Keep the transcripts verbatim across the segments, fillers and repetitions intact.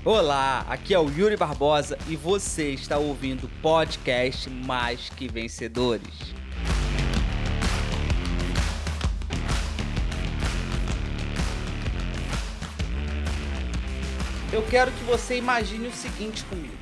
Olá, aqui é o Yuri Barbosa e você está ouvindo o podcast Mais Que Vencedores. Eu quero que você imagine o seguinte comigo.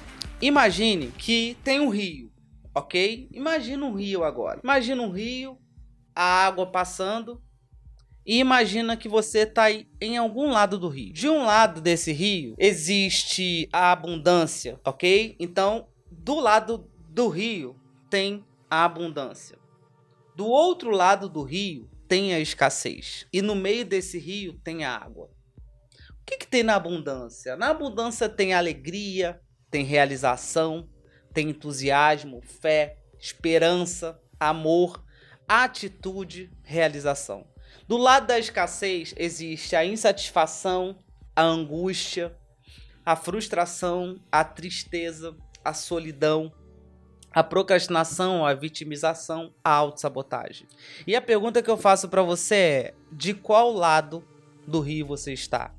Imagine que tem um rio, ok? Imagina um rio agora. Imagina um rio, a água passando. E imagina que você está em algum lado do rio. De um lado desse rio existe a abundância, ok? Então, do lado do rio tem a abundância. Do outro lado do rio tem a escassez. E no meio desse rio tem a água. O que, que tem na abundância? Na abundância tem alegria, tem realização, tem entusiasmo, fé, esperança, amor, atitude, realização. Do lado da escassez existe a insatisfação, a angústia, a frustração, a tristeza, a solidão, a procrastinação, a vitimização, a autossabotagem. E a pergunta que eu faço para você é: de qual lado do rio você está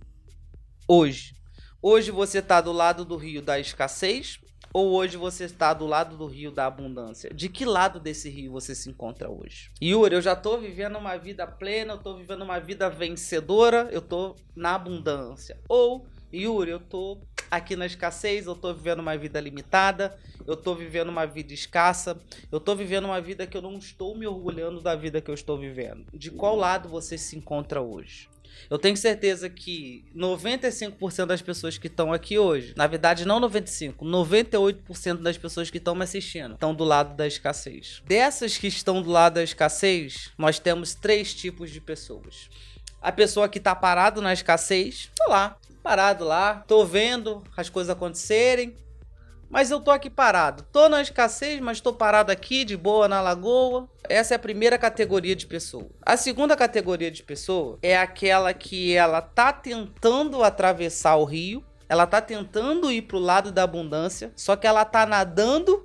hoje? Hoje você está do lado do rio da escassez ou hoje você está do lado do rio da abundância? De que lado desse rio você se encontra hoje? Yuri, eu já estou vivendo uma vida plena, eu estou vivendo uma vida vencedora, eu estou na abundância. Ou, Yuri, eu estou aqui na escassez, eu estou vivendo uma vida limitada, eu estou vivendo uma vida escassa, eu estou vivendo uma vida que eu não estou me orgulhando da vida que eu estou vivendo. De qual lado você se encontra hoje? Eu tenho certeza que noventa e cinco por cento das pessoas que estão aqui hoje, na verdade não noventa e cinco por cento, noventa e oito por cento das pessoas que estão me assistindo estão do lado da escassez. Dessas que estão do lado da escassez, nós temos três tipos de pessoas. A pessoa que está parado na escassez, tô lá, parado lá, tô vendo as coisas acontecerem, mas eu tô aqui parado. Tô na escassez, mas tô parado aqui de boa na lagoa. Essa é a primeira categoria de pessoa. A segunda categoria de pessoa é aquela que ela tá tentando atravessar o rio, ela tá tentando ir pro lado da abundância, só que ela tá nadando,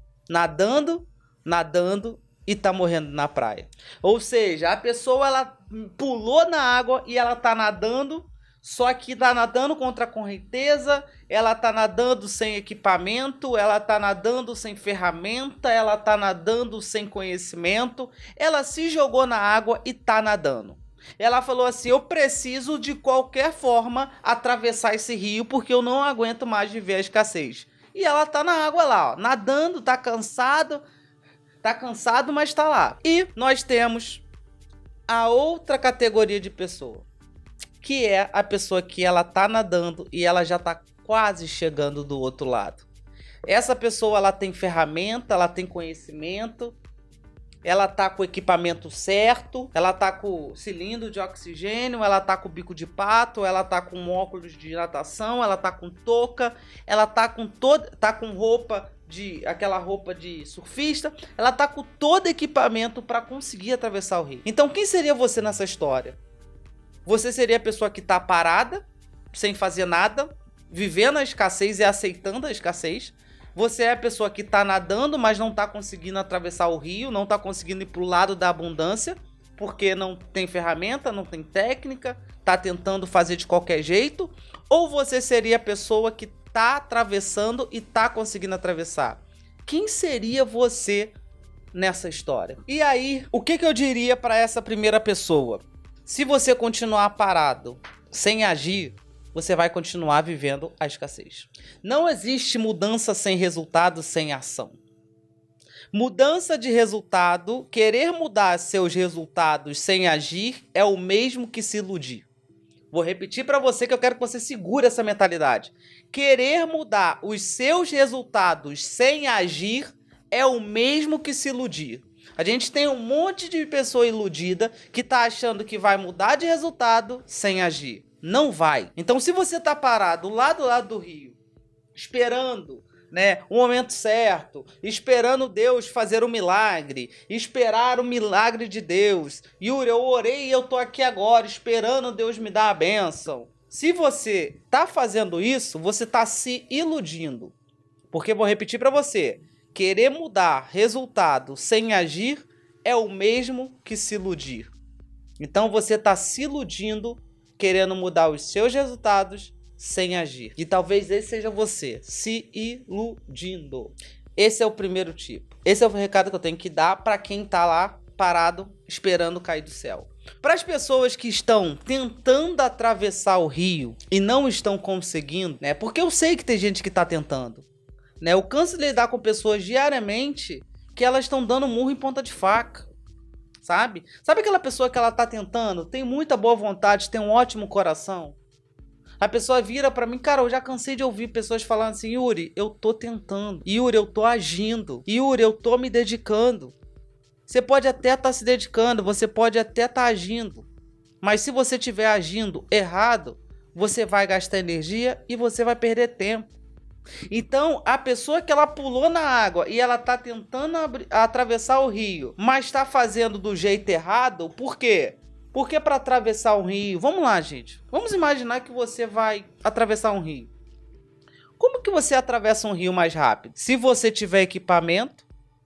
nadando, nadando e tá morrendo na praia. Ou seja, a pessoa ela pulou na água e ela tá nadando, só que tá nadando contra a correnteza, ela tá nadando sem equipamento, ela tá nadando sem ferramenta, ela tá nadando sem conhecimento, ela se jogou na água e tá nadando. Ela falou assim: eu preciso de qualquer forma atravessar esse rio porque eu não aguento mais viver a escassez. E ela tá na água lá, ó, nadando, tá cansado, tá cansado, mas tá lá. E nós temos a outra categoria de pessoa, que é a pessoa que ela tá nadando e ela já tá quase chegando do outro lado. Essa pessoa ela tem ferramenta, ela tem conhecimento, ela tá com o equipamento certo, ela tá com cilindro de oxigênio, ela tá com bico de pato, ela tá com óculos de natação, ela tá com touca, ela tá com toda, tá com roupa de aquela roupa de surfista, ela tá com todo equipamento para conseguir atravessar o rio. Então quem seria você nessa história? Você seria a pessoa que está parada, sem fazer nada, vivendo a escassez e aceitando a escassez. Você é a pessoa que está nadando, mas não está conseguindo atravessar o rio, não está conseguindo ir para o lado da abundância, porque não tem ferramenta, não tem técnica, está tentando fazer de qualquer jeito. Ou você seria a pessoa que está atravessando e está conseguindo atravessar. Quem seria você nessa história? E aí, o que, que eu diria para essa primeira pessoa? Se você continuar parado, sem agir, você vai continuar vivendo a escassez. Não existe mudança sem resultado, sem ação. Mudança de resultado, querer mudar seus resultados sem agir, é o mesmo que se iludir. Vou repetir para você que eu quero que você segure essa mentalidade. Querer mudar os seus resultados sem agir é o mesmo que se iludir. A gente tem um monte de pessoa iludida que tá achando que vai mudar de resultado sem agir. Não vai. Então, se você tá parado lá do lado do rio, esperando, né, o momento certo, esperando Deus fazer um milagre, esperar o milagre de Deus. Yuri, eu orei e eu tô aqui agora esperando Deus me dar a bênção. Se você tá fazendo isso, você tá se iludindo. Porque, vou repetir para você, querer mudar resultado sem agir é o mesmo que se iludir. Então você está se iludindo, querendo mudar os seus resultados sem agir. E talvez esse seja você, se iludindo. Esse é o primeiro tipo. Esse é o recado que eu tenho que dar para quem tá lá parado esperando cair do céu. Para as pessoas que estão tentando atravessar o rio e não estão conseguindo, né? Porque eu sei que tem gente que tá tentando, né? Eu canso de lidar com pessoas diariamente que elas estão dando murro em ponta de faca, sabe? Sabe aquela pessoa que ela tá tentando, tem muita boa vontade, tem um ótimo coração? A pessoa vira pra mim, cara, eu já cansei de ouvir pessoas falando assim, Yuri, eu tô tentando, Yuri, eu tô agindo, Yuri, eu tô me dedicando. Você pode até estar tá se dedicando, você pode até estar tá agindo, mas se você estiver agindo errado, você vai gastar energia e você vai perder tempo. Então, a pessoa que ela pulou na água e ela tá tentando atravessar o rio, mas está fazendo do jeito errado, por quê? Porque para atravessar um rio, vamos lá, gente, vamos imaginar que você vai atravessar um rio. Como que você atravessa um rio mais rápido? Se você tiver equipamento,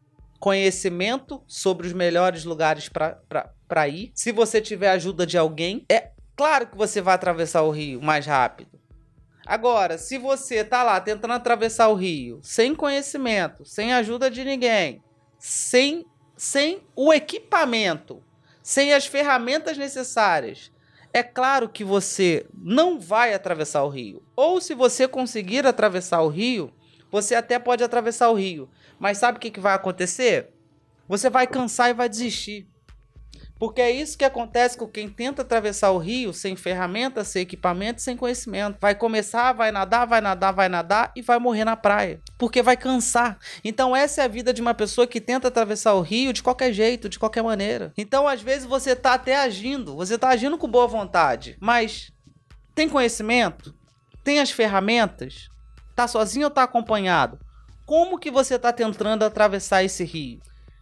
conhecimento sobre os melhores lugares para ir, se você tiver ajuda de alguém, é claro que você vai atravessar o rio mais rápido. Agora, se você tá lá tentando atravessar o rio sem conhecimento, sem ajuda de ninguém, sem, sem o equipamento, sem as ferramentas necessárias, é claro que você não vai atravessar o rio. Ou se você conseguir atravessar o rio, você até pode atravessar o rio. Mas sabe o que, que vai acontecer? Você vai cansar e vai desistir. Porque é isso que acontece com quem tenta atravessar o rio sem ferramenta, sem equipamento, sem conhecimento. Vai começar, vai nadar, vai nadar, vai nadar e vai morrer na praia. Porque vai cansar. Então essa é a vida de uma pessoa que tenta atravessar o rio de qualquer jeito, de qualquer maneira. Então às vezes você tá até agindo, você tá agindo com boa vontade, mas tem conhecimento? Tem as ferramentas? Tá sozinho ou tá acompanhado? Como que você tá tentando atravessar esse rio?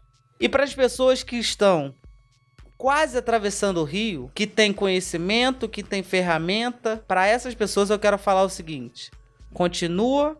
E para as pessoas que estão quase atravessando o rio, que tem conhecimento, que tem ferramenta, para essas pessoas eu quero falar o seguinte: continua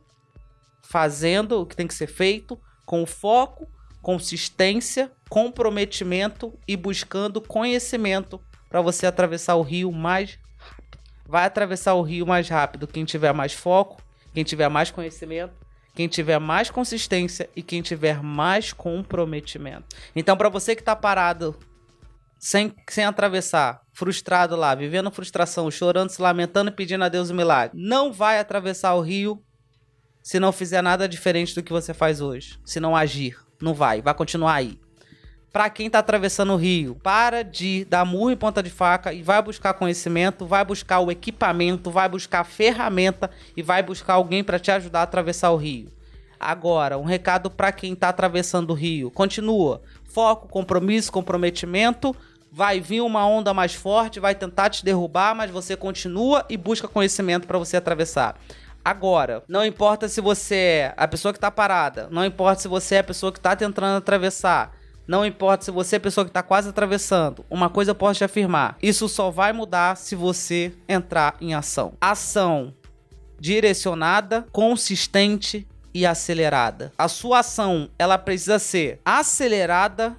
fazendo o que tem que ser feito com foco, consistência, comprometimento e buscando conhecimento para você atravessar o rio mais rápido. Vai atravessar o rio mais rápido quem tiver mais foco, quem tiver mais conhecimento, quem tiver mais consistência e quem tiver mais comprometimento. Então, para você que está parado Sem, sem atravessar, frustrado lá, vivendo frustração, chorando, se lamentando, pedindo a Deus um milagre, não vai atravessar o rio se não fizer nada diferente do que você faz hoje. Se não agir, não vai, vai continuar aí. Para quem tá atravessando o rio, para de dar murro em ponta de faca e vai buscar conhecimento, vai buscar o equipamento, vai buscar ferramenta e vai buscar alguém para te ajudar a atravessar o rio. Agora, um recado para quem tá atravessando o rio, continua, foco, compromisso, comprometimento. Vai vir uma onda mais forte, vai tentar te derrubar, mas você continua e busca conhecimento para você atravessar. Agora, não importa se você é a pessoa que está parada, não importa se você é a pessoa que está tentando atravessar, não importa se você é a pessoa que está quase atravessando, uma coisa eu posso te afirmar, isso só vai mudar se você entrar em ação. Ação direcionada, consistente e acelerada. A sua ação, ela precisa ser acelerada,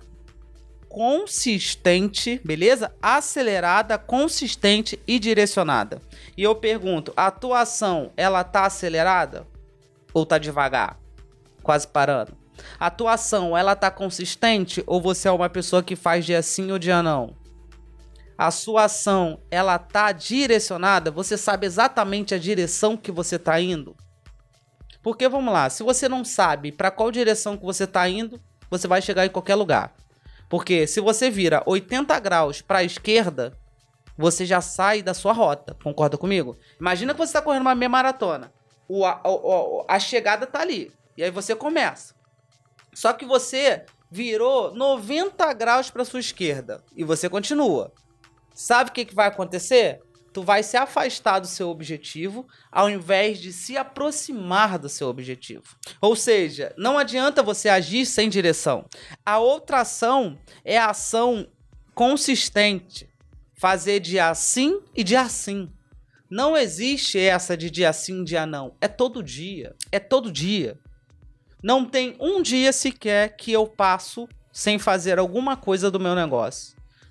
consistente, beleza? Acelerada, consistente e direcionada. E eu pergunto, a tua ação, ela tá acelerada? Ou tá devagar? Quase parando. A tua ação, ela tá consistente? Ou você é uma pessoa que faz dia sim ou dia não? A sua ação, ela tá direcionada? Você sabe exatamente a direção que você tá indo? Porque, vamos lá, se você não sabe para qual direção que você tá indo, você vai chegar em qualquer lugar. Porque se você vira oitenta graus para a esquerda, você já sai da sua rota. Concorda comigo? Imagina que você está correndo uma meia maratona. O, a, o, a chegada tá ali. E aí você começa. Só que você virou noventa graus para sua esquerda. E você continua. Sabe o que, que vai acontecer? Tu vai se afastar do seu objetivo ao invés de se aproximar do seu objetivo. Ou seja, não adianta você agir sem direção. A outra ação é a ação consistente. Fazer dia sim e dia sim. Não existe essa de dia sim, dia não. É todo dia. É todo dia. Não tem um dia sequer que eu passo sem fazer alguma coisa do meu negócio.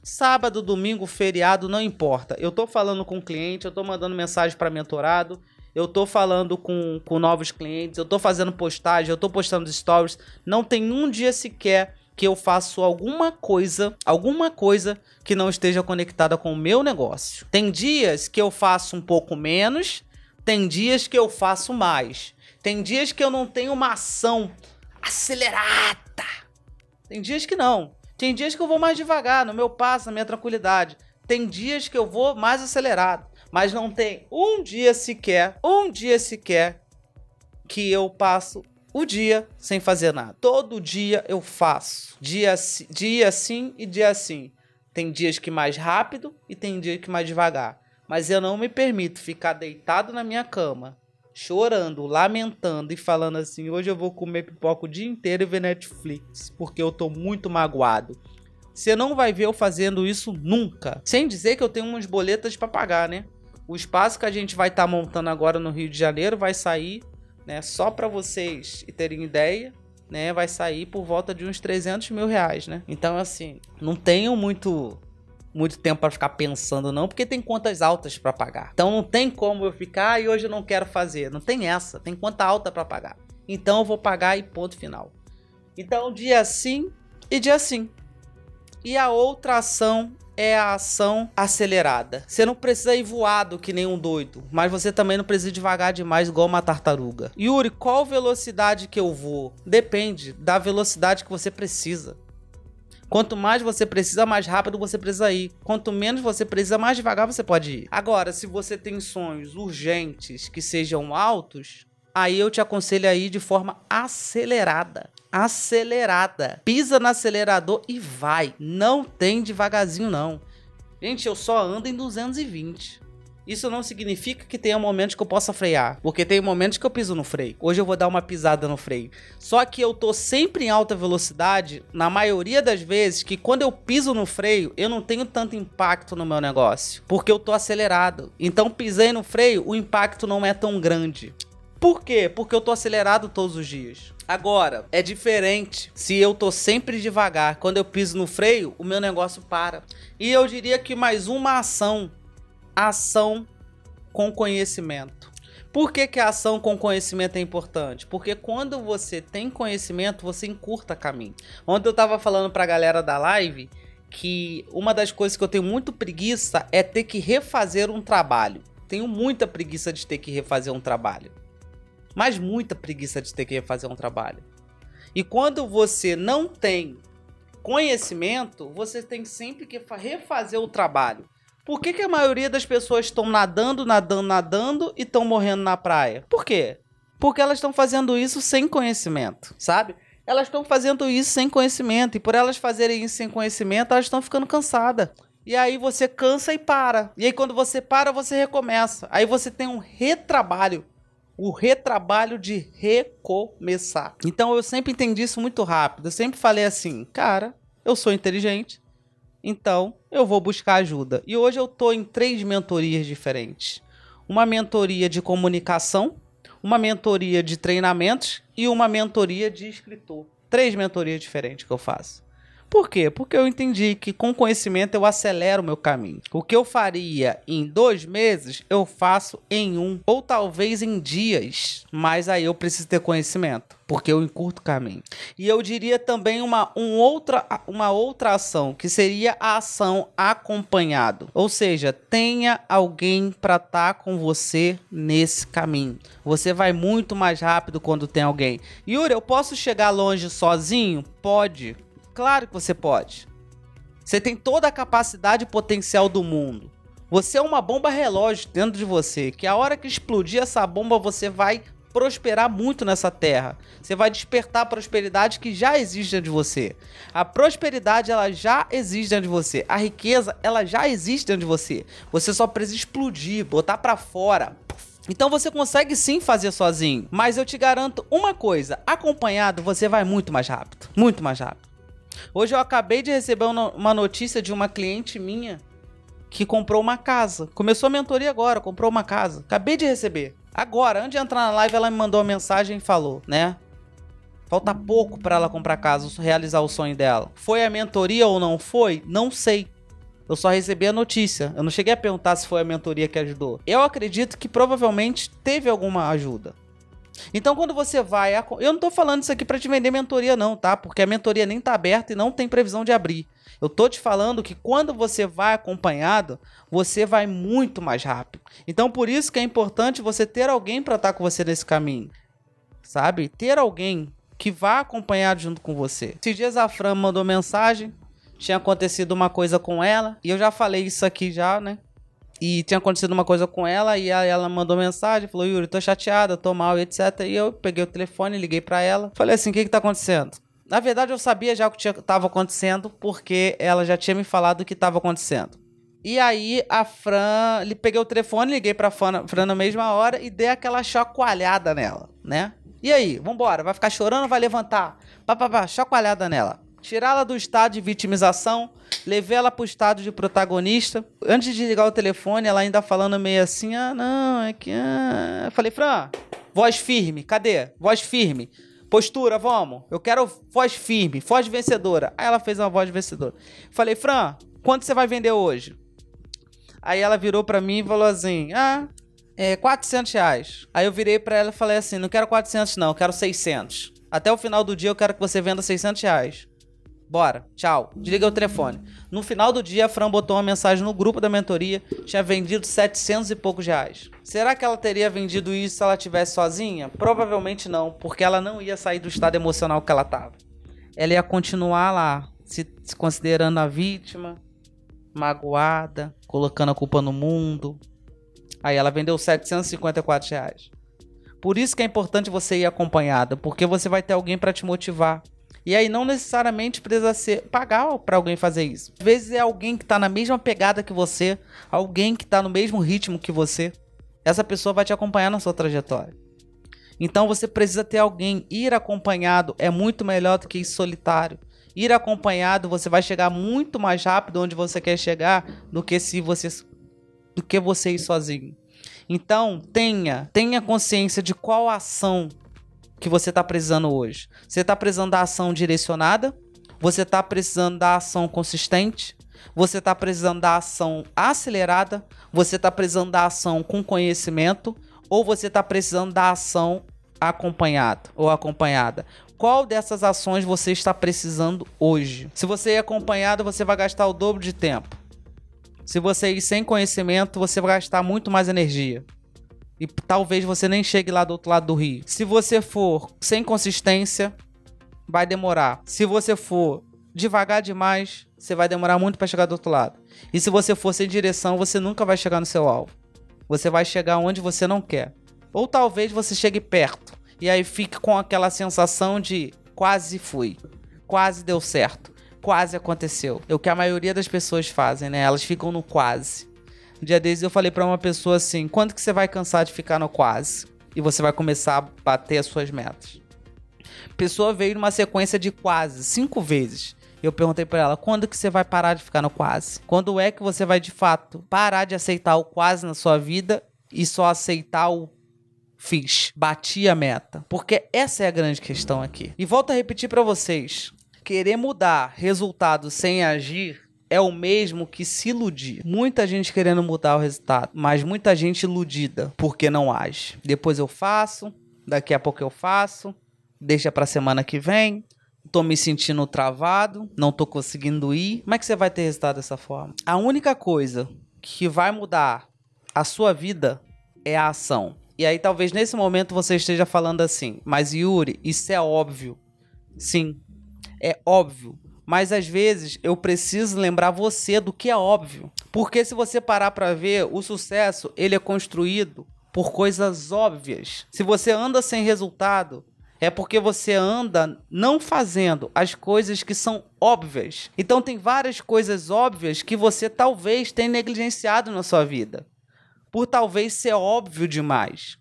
Sábado, domingo, feriado, não importa. Eu tô falando com o cliente, eu tô mandando mensagem para mentorado, eu tô falando com, com novos clientes, eu tô fazendo postagem, eu tô postando stories. Não tem um dia sequer que eu faço alguma coisa, alguma coisa que não esteja conectada com o meu negócio. Tem dias que eu faço um pouco menos, tem dias que eu faço mais. Tem dias que eu não tenho uma ação acelerada. Tem dias que não. Tem dias que eu vou mais devagar, no meu passo, na minha tranquilidade. Tem dias que eu vou mais acelerado. Mas não tem um dia sequer, um dia sequer, que eu passo o dia sem fazer nada. Todo dia eu faço. Dia, dia sim e dia sim. Tem dias que mais rápido e tem dias que mais devagar. Mas eu não me permito ficar deitado na minha cama, chorando, lamentando e falando assim: hoje eu vou comer pipoca o dia inteiro e ver Netflix, porque eu tô muito magoado. Você não vai ver eu fazendo isso nunca. Sem dizer que eu tenho umas boletas para pagar, né? O espaço que a gente vai estar tá montando agora no Rio de Janeiro vai sair, né, só para vocês terem ideia, né, vai sair por volta de uns trezentos mil reais, né? Então, assim, não tenho muito, muito tempo para ficar pensando não, porque tem contas altas para pagar. Então não tem como eu ficar e hoje eu não quero fazer. Não tem essa, tem conta alta para pagar. Então eu vou pagar e ponto final. Então dia sim e dia sim. E a outra ação é a ação acelerada. Você não precisa ir voado que nem um doido, mas você também não precisa ir devagar demais igual uma tartaruga. Yuri, qual velocidade que eu vou? Depende da velocidade que você precisa. Quanto mais você precisa, mais rápido você precisa ir. Quanto menos você precisa, mais devagar você pode ir. Agora, se você tem sonhos urgentes que sejam altos, aí eu te aconselho a ir de forma acelerada. Acelerada. Pisa no acelerador e vai. Não tem devagarzinho, não. Gente, eu só ando em duzentos e vinte. Isso não significa que tenha momentos que eu possa frear, porque tem momentos que eu piso no freio. Hoje eu vou dar uma pisada no freio. Só que eu tô sempre em alta velocidade, na maioria das vezes, que quando eu piso no freio, eu não tenho tanto impacto no meu negócio, porque eu tô acelerado. Então pisei no freio, o impacto não é tão grande. Por quê? Porque eu tô acelerado todos os dias. Agora, é diferente se eu tô sempre devagar. Quando eu piso no freio, o meu negócio para. E eu diria que mais uma ação. Ação com conhecimento. Por que que a ação com conhecimento é importante? Porque quando você tem conhecimento, você encurta caminho. Ontem eu tava falando pra galera da live que uma das coisas que eu tenho muito preguiça é ter que refazer um trabalho. Tenho muita preguiça de ter que refazer um trabalho. Mas muita preguiça de ter que refazer um trabalho. E quando você não tem conhecimento, você tem sempre que refazer o trabalho. Por que que a maioria das pessoas estão nadando, nadando, nadando e estão morrendo na praia? Por quê? Porque elas estão fazendo isso sem conhecimento, sabe? Elas estão fazendo isso sem conhecimento. E por elas fazerem isso sem conhecimento, elas estão ficando cansadas. E aí você cansa e para. E aí quando você para, você recomeça. Aí você tem um retrabalho. O retrabalho de recomeçar. Então eu sempre entendi isso muito rápido. Eu sempre falei assim, cara, eu sou inteligente, então eu vou buscar ajuda. E hoje eu tô em três mentorias diferentes. Uma mentoria de comunicação, uma mentoria de treinamentos e uma mentoria de escritor. Três mentorias diferentes que eu faço. Por quê? Porque eu entendi que com conhecimento eu acelero o meu caminho. O que eu faria em dois meses, eu faço em um. Ou talvez em dias. Mas aí eu preciso ter conhecimento. Porque eu encurto o caminho. E eu diria também uma, um outra, uma outra ação. Que seria a ação acompanhado. Ou seja, tenha alguém para estar com você nesse caminho. Você vai muito mais rápido quando tem alguém. Yuri, eu posso chegar longe sozinho? Pode. Claro que você pode. Você tem toda a capacidade e potencial do mundo. Você é uma bomba relógio dentro de você, que a hora que explodir essa bomba, você vai prosperar muito nessa terra. Você vai despertar a prosperidade que já existe dentro de você. A prosperidade, ela já existe dentro de você. A riqueza, ela já existe dentro de você. Você só precisa explodir, botar pra fora. Então você consegue sim fazer sozinho. Mas eu te garanto uma coisa, acompanhado você vai muito mais rápido. Muito mais rápido. Hoje eu acabei de receber uma notícia de uma cliente minha que comprou uma casa. Começou a mentoria agora, comprou uma casa. Acabei de receber. Agora, antes de entrar na live, ela me mandou uma mensagem e falou, né? Falta pouco para ela comprar casa, realizar o sonho dela. Foi a mentoria ou não foi? Não sei. Eu só recebi a notícia. Eu não cheguei a perguntar se foi a mentoria que ajudou. Eu acredito que provavelmente teve alguma ajuda. Então, quando você vai... Eu não tô falando isso aqui pra te vender mentoria não, tá? Porque a mentoria nem tá aberta e não tem previsão de abrir. Eu tô te falando que quando você vai acompanhado, você vai muito mais rápido. Então, por isso que é importante você ter alguém pra estar com você nesse caminho. Sabe? Ter alguém que vá acompanhado junto com você. Esses dias a Fran mandou mensagem. Tinha acontecido uma coisa com ela. E eu já falei isso aqui já, né? E tinha acontecido uma coisa com ela. E aí ela mandou mensagem. Falou, Yuri, tô chateada, tô mal, etcétera. E eu peguei o telefone, liguei pra ela. Falei assim, o que que tá acontecendo? Na verdade, eu sabia já o que tinha, tava acontecendo. Porque ela já tinha me falado o que tava acontecendo. E aí a Fran... Peguei o telefone, liguei pra Fran, Fran na mesma hora. E dei aquela chacoalhada nela, né? E aí, vambora, vai ficar chorando ou vai levantar? Pá, pá, pá, chacoalhada nela. Tirá-la do estado de vitimização, levei ela pro estado de protagonista. Antes de ligar o telefone, ela ainda falando meio assim, ah, não, é que... Ah... Falei, Fran, voz firme, cadê? Voz firme. Postura, vamos. Eu quero voz firme, voz vencedora. Aí ela fez uma voz vencedora. Falei, Fran, quanto você vai vender hoje? Aí ela virou pra mim e falou assim, ah... É, quatrocentos reais. Aí eu virei pra ela e falei assim, não quero quatrocentos não, eu quero seiscentos. Até o final do dia eu quero que você venda seiscentos reais. Bora, tchau. Desliga o telefone. No final do dia a Fran botou uma mensagem no grupo da mentoria, tinha vendido setecentos e poucos reais. Será que ela teria vendido isso se ela estivesse sozinha? Provavelmente não, porque ela não ia sair do estado emocional que ela tava. Ela ia continuar lá, se, se considerando a vítima, magoada, colocando a culpa no mundo. Aí ela vendeu setecentos e cinquenta e quatro reais. Por isso que é importante você ir acompanhada, porque você vai ter alguém para te motivar. E aí não necessariamente precisa ser pagar para alguém fazer isso. Às vezes é alguém que está na mesma pegada que você, alguém que está no mesmo ritmo que você. Essa pessoa vai te acompanhar na sua trajetória. Então você precisa ter alguém. Ir acompanhado é muito melhor do que ir solitário. Ir acompanhado você vai chegar muito mais rápido onde você quer chegar do que se você... do que você ir sozinho. Então, tenha, tenha consciência de qual ação que você está precisando hoje. Você está precisando da ação direcionada? Você está precisando da ação consistente? Você está precisando da ação acelerada? Você está precisando da ação com conhecimento? Ou você está precisando da ação acompanhada ou acompanhada? Qual dessas ações você está precisando hoje? Se você ir acompanhado, você vai gastar o dobro de tempo. Se você ir sem conhecimento, você vai gastar muito mais energia. E talvez você nem chegue lá do outro lado do rio. Se você for sem consistência, vai demorar. Se você for devagar demais, você vai demorar muito para chegar do outro lado. E se você for sem direção, você nunca vai chegar no seu alvo. Você vai chegar onde você não quer. Ou talvez você chegue perto. E aí fique com aquela sensação de quase fui. Quase deu certo. Quase aconteceu. É o que a maioria das pessoas fazem, né? Elas ficam no quase. Um dia desses eu falei pra uma pessoa assim, quando que você vai cansar de ficar no quase? E você vai começar a bater as suas metas. A pessoa veio numa sequência de quase, cinco vezes. Eu perguntei pra ela, quando que você vai parar de ficar no quase? Quando é que você vai, de fato, parar de aceitar o quase na sua vida e só aceitar o fiz, bati a meta? Porque essa é a grande questão aqui. E volto a repetir pra vocês. Querer mudar resultado sem agir é o mesmo que se iludir. Muita gente querendo mudar o resultado, mas muita gente iludida porque não age. Depois eu faço, daqui a pouco eu faço, deixa pra semana que vem, tô me sentindo travado, não tô conseguindo ir. Como é que você vai ter resultado dessa forma? A única coisa que vai mudar a sua vida é a ação. E aí talvez nesse momento você esteja falando assim, mas Yuri, isso é óbvio. Sim. É óbvio, mas às vezes eu preciso lembrar você do que é óbvio. Porque se você parar para ver, o sucesso ele é construído por coisas óbvias. Se você anda sem resultado, é porque você anda não fazendo as coisas que são óbvias. Então tem várias coisas óbvias que você talvez tenha negligenciado na sua vida. Por talvez ser óbvio demais.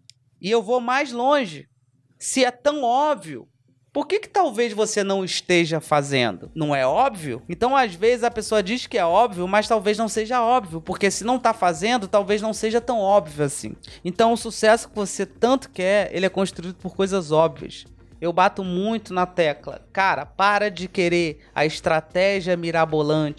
E eu vou mais longe. Se é tão óbvio, por que que talvez você não esteja fazendo? Não é óbvio? Então, às vezes, a pessoa diz que é óbvio, mas talvez não seja óbvio. Porque se não está fazendo, talvez não seja tão óbvio assim. Então, o sucesso que você tanto quer, ele é construído por coisas óbvias. Eu bato muito na tecla. Cara, para de querer a estratégia mirabolante.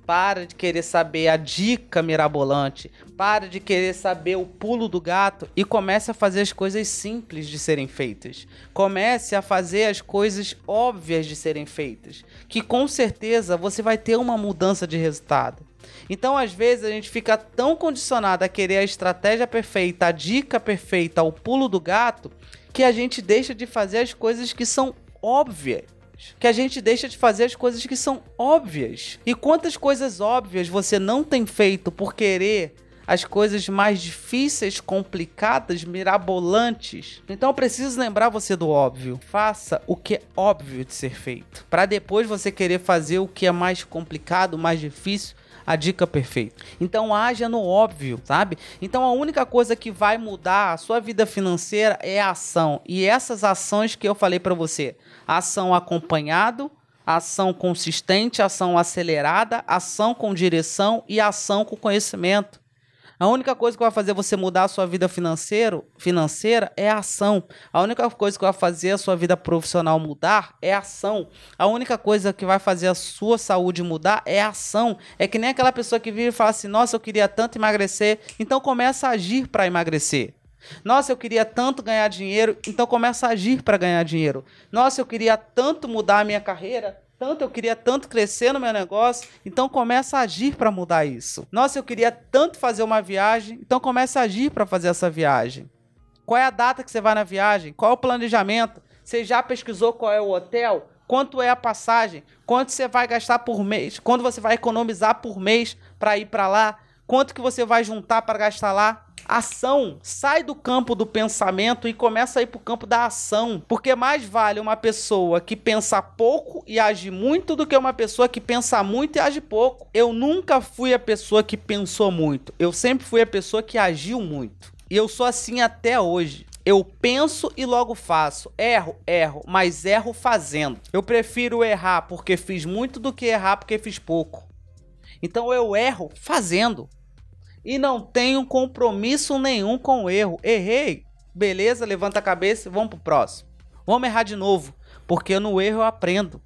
Para de querer saber a dica mirabolante. Para de querer saber o pulo do gato e comece a fazer as coisas simples de serem feitas. Comece a fazer as coisas óbvias de serem feitas, que com certeza você vai ter uma mudança de resultado. Então, às vezes, a gente fica tão condicionado a querer a estratégia perfeita, a dica perfeita, o pulo do gato, que a gente deixa de fazer as coisas que são óbvias. Que a gente deixa de fazer as coisas que são óbvias. E quantas coisas óbvias você não tem feito por querer as coisas mais difíceis, complicadas, mirabolantes? Então eu preciso lembrar você do óbvio. Faça o que é óbvio de ser feito, para depois você querer fazer o que é mais complicado, mais difícil, a dica perfeita. Então haja no óbvio, sabe? Então a única coisa que vai mudar a sua vida financeira é a ação. E essas ações que eu falei para você, ação acompanhado, ação consistente, ação acelerada, ação com direção e ação com conhecimento. A única coisa que vai fazer você mudar a sua vida financeiro, financeira é a ação. A única coisa que vai fazer a sua vida profissional mudar é a ação. A única coisa que vai fazer a sua saúde mudar é a ação. É que nem aquela pessoa que vive e fala assim, nossa, eu queria tanto emagrecer, então começa a agir para emagrecer. Nossa, eu queria tanto ganhar dinheiro, então começa a agir para ganhar dinheiro. Nossa, eu queria tanto mudar a minha carreira, tanto eu queria tanto crescer no meu negócio, então começa a agir para mudar isso. Nossa, eu queria tanto fazer uma viagem, então começa a agir para fazer essa viagem. Qual é a data que você vai na viagem? Qual é o planejamento? Você já pesquisou qual é o hotel? Quanto é a passagem? Quanto você vai gastar por mês? Quanto você vai economizar por mês para ir para lá? Quanto que você vai juntar para gastar lá? Ação. Sai do campo do pensamento e começa a ir para o campo da ação. Porque mais vale uma pessoa que pensa pouco e age muito do que uma pessoa que pensa muito e age pouco. Eu nunca fui a pessoa que pensou muito. Eu sempre fui a pessoa que agiu muito. E eu sou assim até hoje. Eu penso e logo faço. Erro, erro, mas erro fazendo. Eu prefiro errar porque fiz muito do que errar porque fiz pouco. Então eu erro fazendo. E não tenho compromisso nenhum com o erro. Errei, beleza, levanta a cabeça e vamos pro próximo. Vamos errar de novo, porque no erro eu aprendo.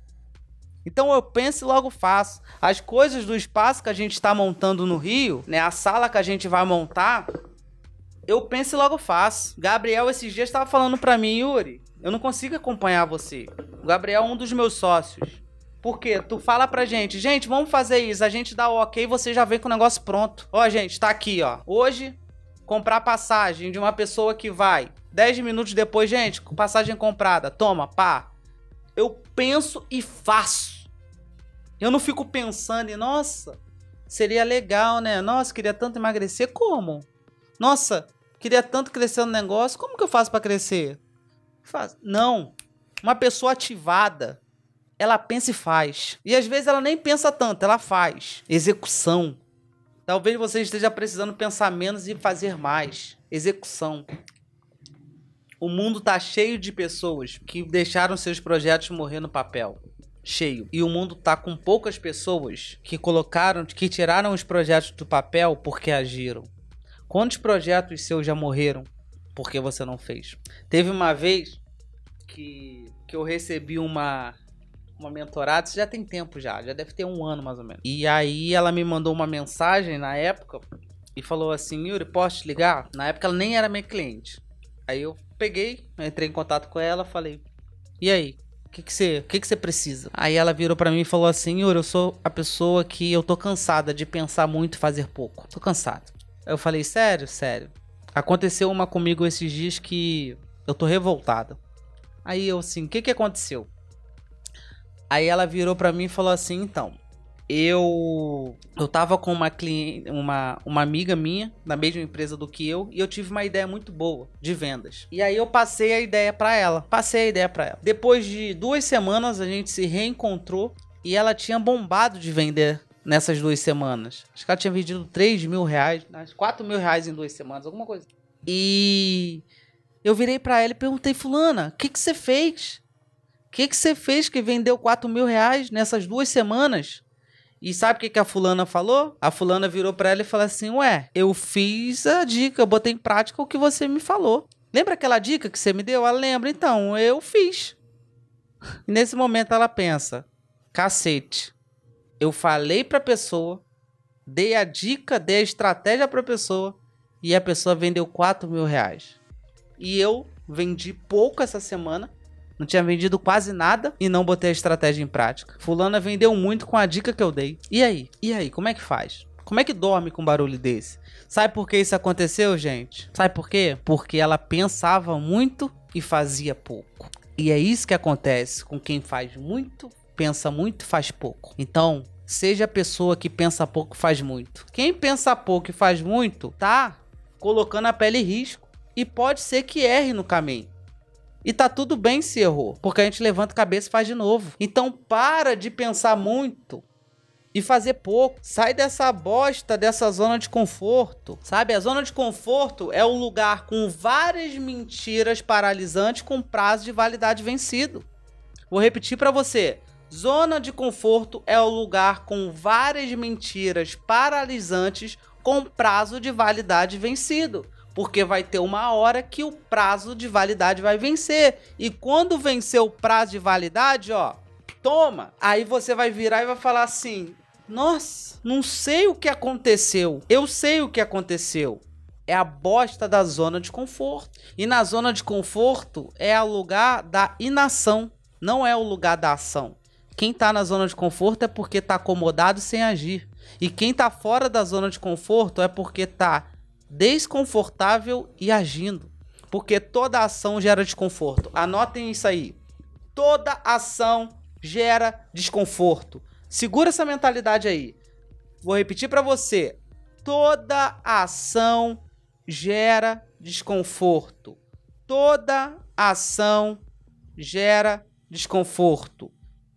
Então eu penso e logo faço. As coisas do espaço que a gente está montando no Rio, né, a sala que a gente vai montar, eu penso e logo faço. Gabriel esses dias estava falando para mim, Yuri, eu não consigo acompanhar você. O Gabriel é um dos meus sócios. Por quê? Tu fala pra gente, gente, vamos fazer isso, a gente dá o ok e você já vem com o negócio pronto. Ó, gente, tá aqui, ó. Hoje, comprar passagem de uma pessoa que vai. dez minutos depois, gente, passagem comprada. Toma, pá. Eu penso e faço. Eu não fico pensando em, nossa, seria legal, né? Nossa, queria tanto emagrecer. Como? Nossa, queria tanto crescer no negócio. Como que eu faço pra crescer? Faz. Não. Uma pessoa ativada, ela pensa e faz. E às vezes ela nem pensa tanto, ela faz. Execução. Talvez você esteja precisando pensar menos e fazer mais. Execução. O mundo está cheio de pessoas que deixaram seus projetos morrer no papel. Cheio. E o mundo está com poucas pessoas que colocaram, que tiraram os projetos do papel porque agiram. Quantos projetos seus já morreram porque você não fez? Teve uma vez que, que eu recebi uma... uma mentorada, isso já tem tempo já, já deve ter um ano mais ou menos. E aí ela me mandou uma mensagem na época e falou assim, Yuri, posso te ligar? Na época ela nem era minha cliente. Aí eu peguei, entrei em contato com ela, falei, e aí, o que que você, o que que você precisa? Aí ela virou pra mim e falou assim, Yuri, eu sou a pessoa que eu tô cansada de pensar muito e fazer pouco. Tô cansado. Aí eu falei, sério? Sério. Aconteceu uma comigo esses dias que eu tô revoltada. Aí eu assim, o que que aconteceu? Aí ela virou pra mim e falou assim, então, eu eu tava com uma cliente, uma, uma amiga minha, da mesma empresa do que eu, e eu tive uma ideia muito boa de vendas. E aí eu passei a ideia pra ela, passei a ideia pra ela. Depois de duas semanas a gente se reencontrou e ela tinha bombado de vender nessas duas semanas. Acho que ela tinha vendido três mil reais, quatro mil reais em duas semanas, alguma coisa. E eu virei pra ela e perguntei, fulana, o que que você fez? O que que você fez que vendeu quatro mil reais nessas duas semanas? E sabe o que que a fulana falou? A fulana virou pra ela e falou assim, ué, eu fiz a dica, eu botei em prática o que você me falou. Lembra aquela dica que você me deu? Ela lembra, então, eu fiz. E nesse momento ela pensa, cacete, Eu falei pra pessoa, dei a dica, dei a estratégia pra pessoa e a pessoa vendeu quatro mil reais. E eu vendi pouco essa semana, não tinha vendido quase nada e não botei a estratégia em prática. Fulana vendeu muito com a dica que eu dei. E aí? E aí? Como é que faz? Como é que dorme com um barulho desse? Sabe por que isso aconteceu, gente? Sabe por quê? Porque ela pensava muito e fazia pouco. E é isso que acontece com quem faz muito, pensa muito, faz pouco. Então, seja a pessoa que pensa pouco, faz muito. Quem pensa pouco e faz muito, tá colocando a pele em risco. E pode ser que erre no caminho. E tá tudo bem se errou, porque a gente levanta a cabeça e faz de novo. Então para de pensar muito e fazer pouco. Sai dessa bosta, dessa zona de conforto. Sabe, a zona de conforto é um lugar com várias mentiras paralisantes com prazo de validade vencido. Vou repetir para você. Zona de conforto é o lugar com várias mentiras paralisantes com prazo de validade vencido. Porque vai ter uma hora que o prazo de validade vai vencer. E quando vencer o prazo de validade, ó, toma. Aí você vai virar e vai falar assim, nossa, não sei o que aconteceu. Eu sei o que aconteceu. É a bosta da zona de conforto. E na zona de conforto é o lugar da inação, não é o lugar da ação. Quem tá na zona de conforto é porque tá acomodado sem agir. E quem tá fora da zona de conforto é porque tá desconfortável e agindo, porque toda ação gera desconforto. Anotem isso aí. Toda ação gera desconforto. Segura essa mentalidade aí. Vou repetir para você. Toda ação gera desconforto. Toda ação gera desconforto.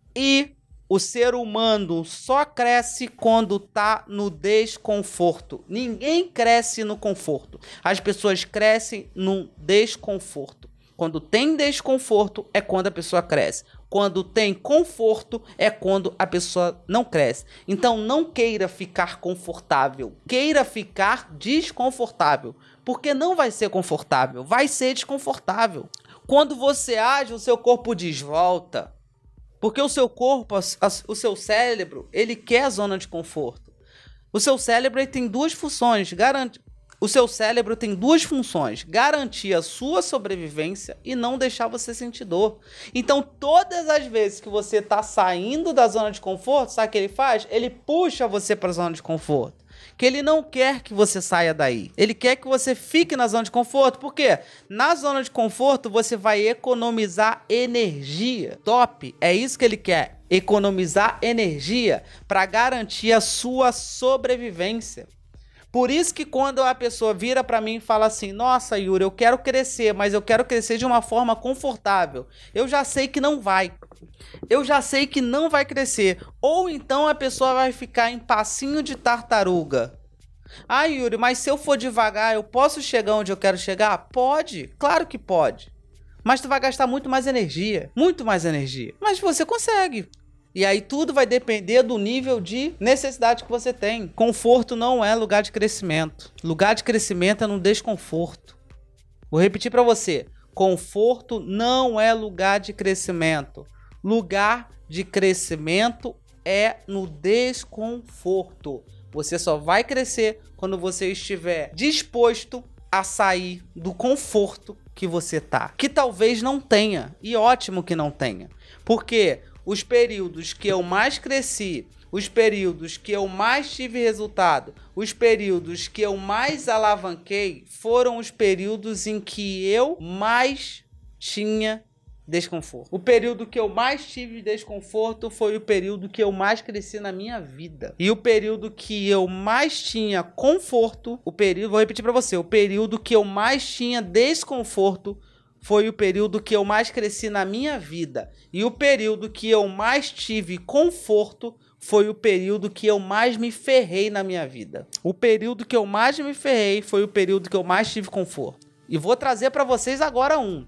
E o ser humano só cresce quando tá no desconforto. Ninguém cresce no conforto. As pessoas crescem no desconforto. Quando tem desconforto é quando a pessoa cresce. Quando tem conforto é quando a pessoa não cresce. Então não queira ficar confortável. Queira ficar desconfortável. Porque não vai ser confortável. Vai ser desconfortável. Quando você age, o seu corpo diz volta. Porque o seu corpo, o seu cérebro, ele quer a zona de conforto. O seu cérebro ele tem duas funções. Garante... O seu cérebro tem duas funções. Garantir a sua sobrevivência e não deixar você sentir dor. Então, todas as vezes que você está saindo da zona de conforto, sabe o que ele faz? Ele puxa você para a zona de conforto. Que ele não quer que você saia daí. Ele quer que você fique na zona de conforto. Por quê? Na zona de conforto, você vai economizar energia. Top! É isso que ele quer. Economizar energia para garantir a sua sobrevivência. Por isso que quando a pessoa vira para mim e fala assim, nossa, Yuri, eu quero crescer, mas eu quero crescer de uma forma confortável. Eu já sei que não vai. Eu já sei que não vai crescer. Ou então a pessoa vai ficar em passinho de tartaruga. Ah, Yuri, mas se eu for devagar, eu posso chegar onde eu quero chegar? Pode, claro que pode. Mas tu vai gastar muito mais energia. Muito mais energia. Mas você consegue. E aí tudo vai depender do nível de necessidade que você tem. Conforto não é lugar de crescimento. Lugar de crescimento é no desconforto. Vou repetir para você. Conforto não é lugar de crescimento. Lugar de crescimento é no desconforto. Você só vai crescer quando você estiver disposto a sair do conforto que você tá. Que talvez não tenha. E ótimo que não tenha. Porque os períodos que eu mais cresci, os períodos que eu mais tive resultado, os períodos que eu mais alavanquei, foram os períodos em que eu mais tinha desconforto. O período que eu mais tive desconforto foi o período que eu mais cresci na minha vida. E o período que eu mais tinha conforto, o período, vou repetir para você, o período que eu mais tinha desconforto foi o período que eu mais cresci na minha vida. E o período que eu mais tive conforto foi o período que eu mais me ferrei na minha vida. O período que eu mais me ferrei foi o período que eu mais tive conforto. E vou trazer para vocês agora um.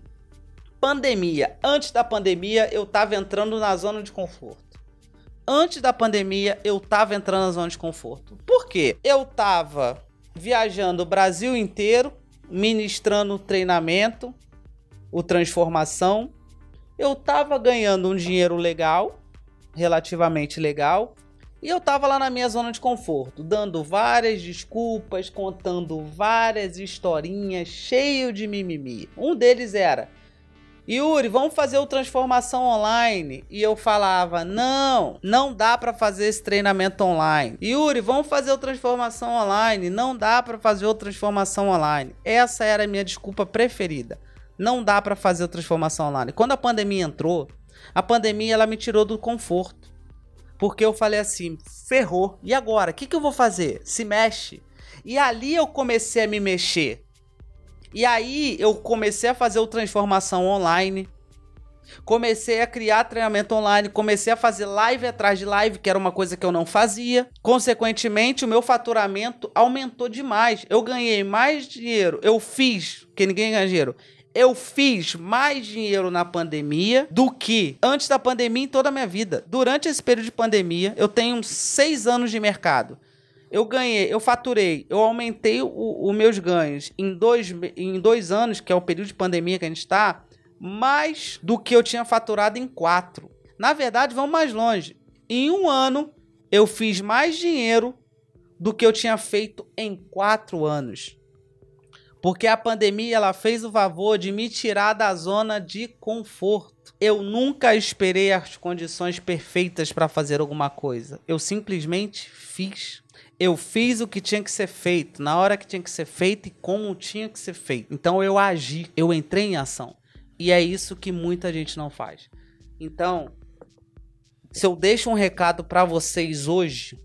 Pandemia. Antes da pandemia, eu estava entrando na zona de conforto. Antes da pandemia, eu estava entrando na zona de conforto. Por quê? Eu estava viajando o Brasil inteiro, ministrando treinamento, o transformação. Eu estava ganhando um dinheiro legal, relativamente legal. E eu tava lá na minha zona de conforto, dando várias desculpas, contando várias historinhas, cheio de mimimi. Um deles era: Yuri, vamos fazer o transformação online. E eu falava: não, não dá para fazer esse treinamento online. Yuri, vamos fazer o transformação online. Não dá para fazer o transformação online. Essa era a minha desculpa preferida. Não dá para fazer o transformação online. Quando a pandemia entrou, a pandemia ela me tirou do conforto. Porque eu falei assim: ferrou. E agora? O que, que eu vou fazer? Se mexe. E ali eu comecei a me mexer. E aí eu comecei a fazer o transformação online. Comecei a criar treinamento online. Comecei a fazer live atrás de live, que era uma coisa que eu não fazia. Consequentemente, o meu faturamento aumentou demais. Eu ganhei mais dinheiro. Eu fiz, porque ninguém ganha dinheiro. Eu fiz mais dinheiro na pandemia do que antes da pandemia em toda a minha vida. Durante esse período de pandemia, eu tenho seis anos de mercado. Eu ganhei, eu faturei, eu aumentei os meus ganhos em dois, em dois anos, que é o período de pandemia que a gente está, mais do que eu tinha faturado em quatro. Na verdade, vamos mais longe. Em um ano, eu fiz mais dinheiro do que eu tinha feito em quatro anos. Porque a pandemia ela fez o favor de me tirar da zona de conforto. Eu nunca esperei as condições perfeitas para fazer alguma coisa. Eu simplesmente fiz. Eu fiz o que tinha que ser feito, na hora que tinha que ser feito e como tinha que ser feito. Então eu agi, eu entrei em ação. E é isso que muita gente não faz. Então, se eu deixo um recado para vocês hoje,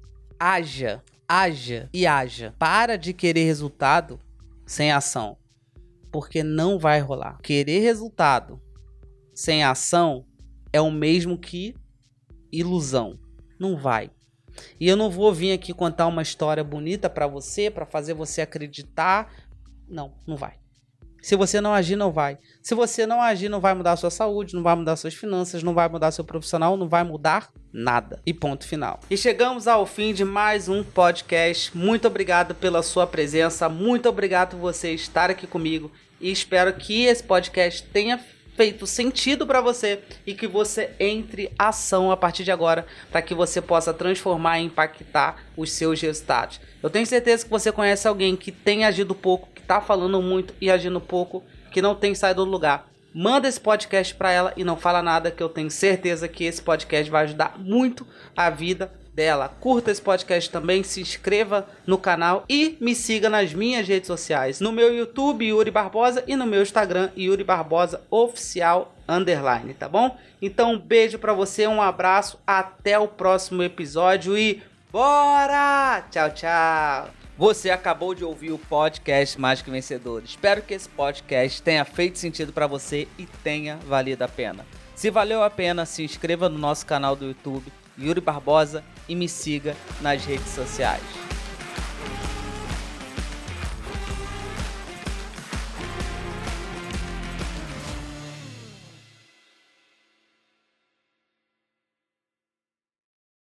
haja, haja e haja. Para de querer resultado sem ação, porque não vai rolar. Querer resultado sem ação é o mesmo que ilusão. Não vai. E eu não vou vir aqui contar uma história bonita pra você, pra fazer você acreditar. Não, não vai. Se você não agir, não vai. Se você não agir, não vai mudar a sua saúde, não vai mudar suas finanças, não vai mudar seu profissional, não vai mudar nada. E ponto final. E chegamos ao fim de mais um podcast. Muito obrigado pela sua presença. Muito obrigado por você estar aqui comigo. E espero que esse podcast tenha feito sentido para você e que você entre ação a partir de agora para que você possa transformar e impactar os seus resultados. Eu tenho certeza que você conhece alguém que tem agido pouco, que está falando muito e agindo pouco, que não tem saído do lugar. Manda esse podcast para ela e não fala nada, que eu tenho certeza que esse podcast vai ajudar muito a vida dela. Curta esse podcast também, se inscreva no canal e me siga nas minhas redes sociais. No meu YouTube, Yuri Barbosa, e no meu Instagram, Yuri Barbosa Oficial Underline, tá bom? Então um beijo pra você, um abraço, até o próximo episódio e bora! Tchau, tchau! Você acabou de ouvir o podcast Mágico Vencedor. Espero que esse podcast tenha feito sentido pra você e tenha valido a pena. Se valeu a pena, se inscreva no nosso canal do YouTube, Yuri Barbosa, e me siga nas redes sociais.